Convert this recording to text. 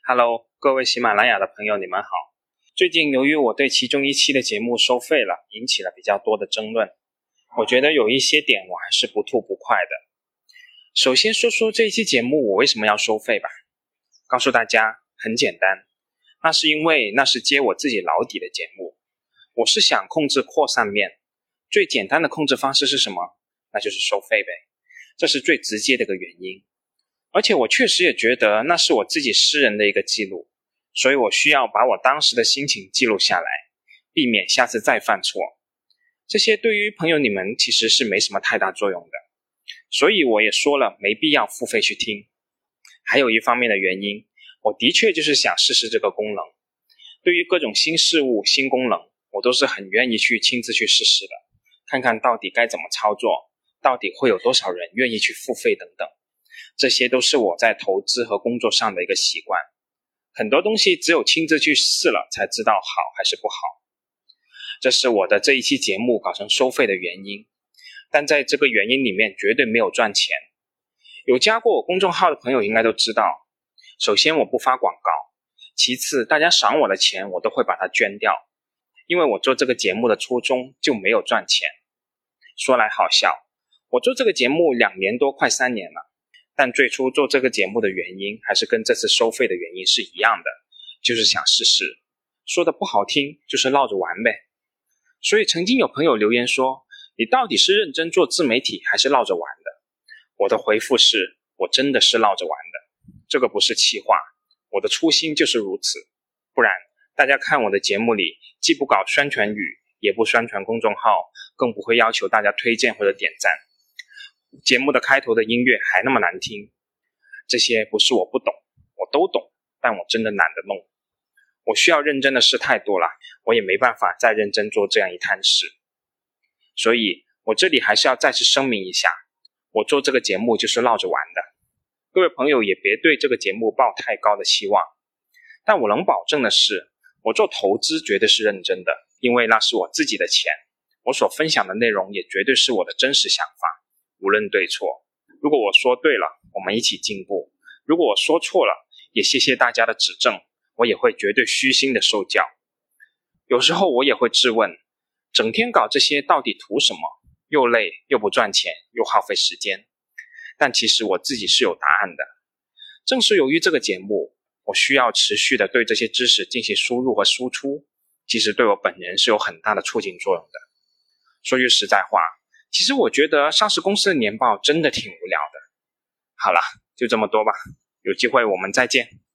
Hello，各位喜马拉雅的朋友，你们好。最近由于我对其中一期的节目收费了，引起了比较多的争论。我觉得有一些点我还是不吐不快的。首先说说这一期节目我为什么要收费吧。告诉大家，很简单，那是因为那是接我自己老底的节目。我是想控制扩散面，最简单的控制方式是什么？那就是收费呗，这是最直接的一个原因。而且我确实也觉得那是我自己私人的一个记录，所以我需要把我当时的心情记录下来，避免下次再犯错。这些对于朋友你们其实是没什么太大作用的，所以我也说了没必要付费去听。还有一方面的原因，我的确就是想试试这个功能。对于各种新事物、新功能，我都是很愿意去亲自去试试的，看看到底该怎么操作，到底会有多少人愿意去付费等等。这些都是我在投资和工作上的一个习惯，很多东西只有亲自去试了才知道好还是不好。这是我的这一期节目搞成收费的原因，但在这个原因里面绝对没有赚钱。有加过我公众号的朋友应该都知道，首先我不发广告，其次大家赏我的钱我都会把它捐掉，因为我做这个节目的初衷就没有赚钱。说来好笑，我做这个节目2年多快3年了，但最初做这个节目的原因还是跟这次收费的原因是一样的，就是想试试，说的不好听就是闹着玩呗。所以曾经有朋友留言说，你到底是认真做自媒体还是闹着玩的？我的回复是，我真的是闹着玩的，这个不是气话，我的初心就是如此。不然大家看我的节目里既不搞宣传语，也不宣传公众号，更不会要求大家推荐或者点赞，节目的开头的音乐还那么难听。这些不是我不懂，我都懂，但我真的懒得弄。我需要认真的事太多了，我也没办法再认真做这样一摊事。所以我这里还是要再次声明一下，我做这个节目就是闹着玩的，各位朋友也别对这个节目抱太高的期望。但我能保证的是，我做投资绝对是认真的，因为那是我自己的钱，我所分享的内容也绝对是我的真实想法，无论对错。如果我说对了，我们一起进步；如果我说错了，也谢谢大家的指正，我也会绝对虚心的受教。有时候我也会质问，整天搞这些到底图什么？又累又不赚钱，又耗费时间。但其实我自己是有答案的。正是由于这个节目，我需要持续的对这些知识进行输入和输出，其实对我本人是有很大的促进作用的。说句实在话，其实我觉得上市公司的年报真的挺无聊的。好了，就这么多吧，有机会我们再见。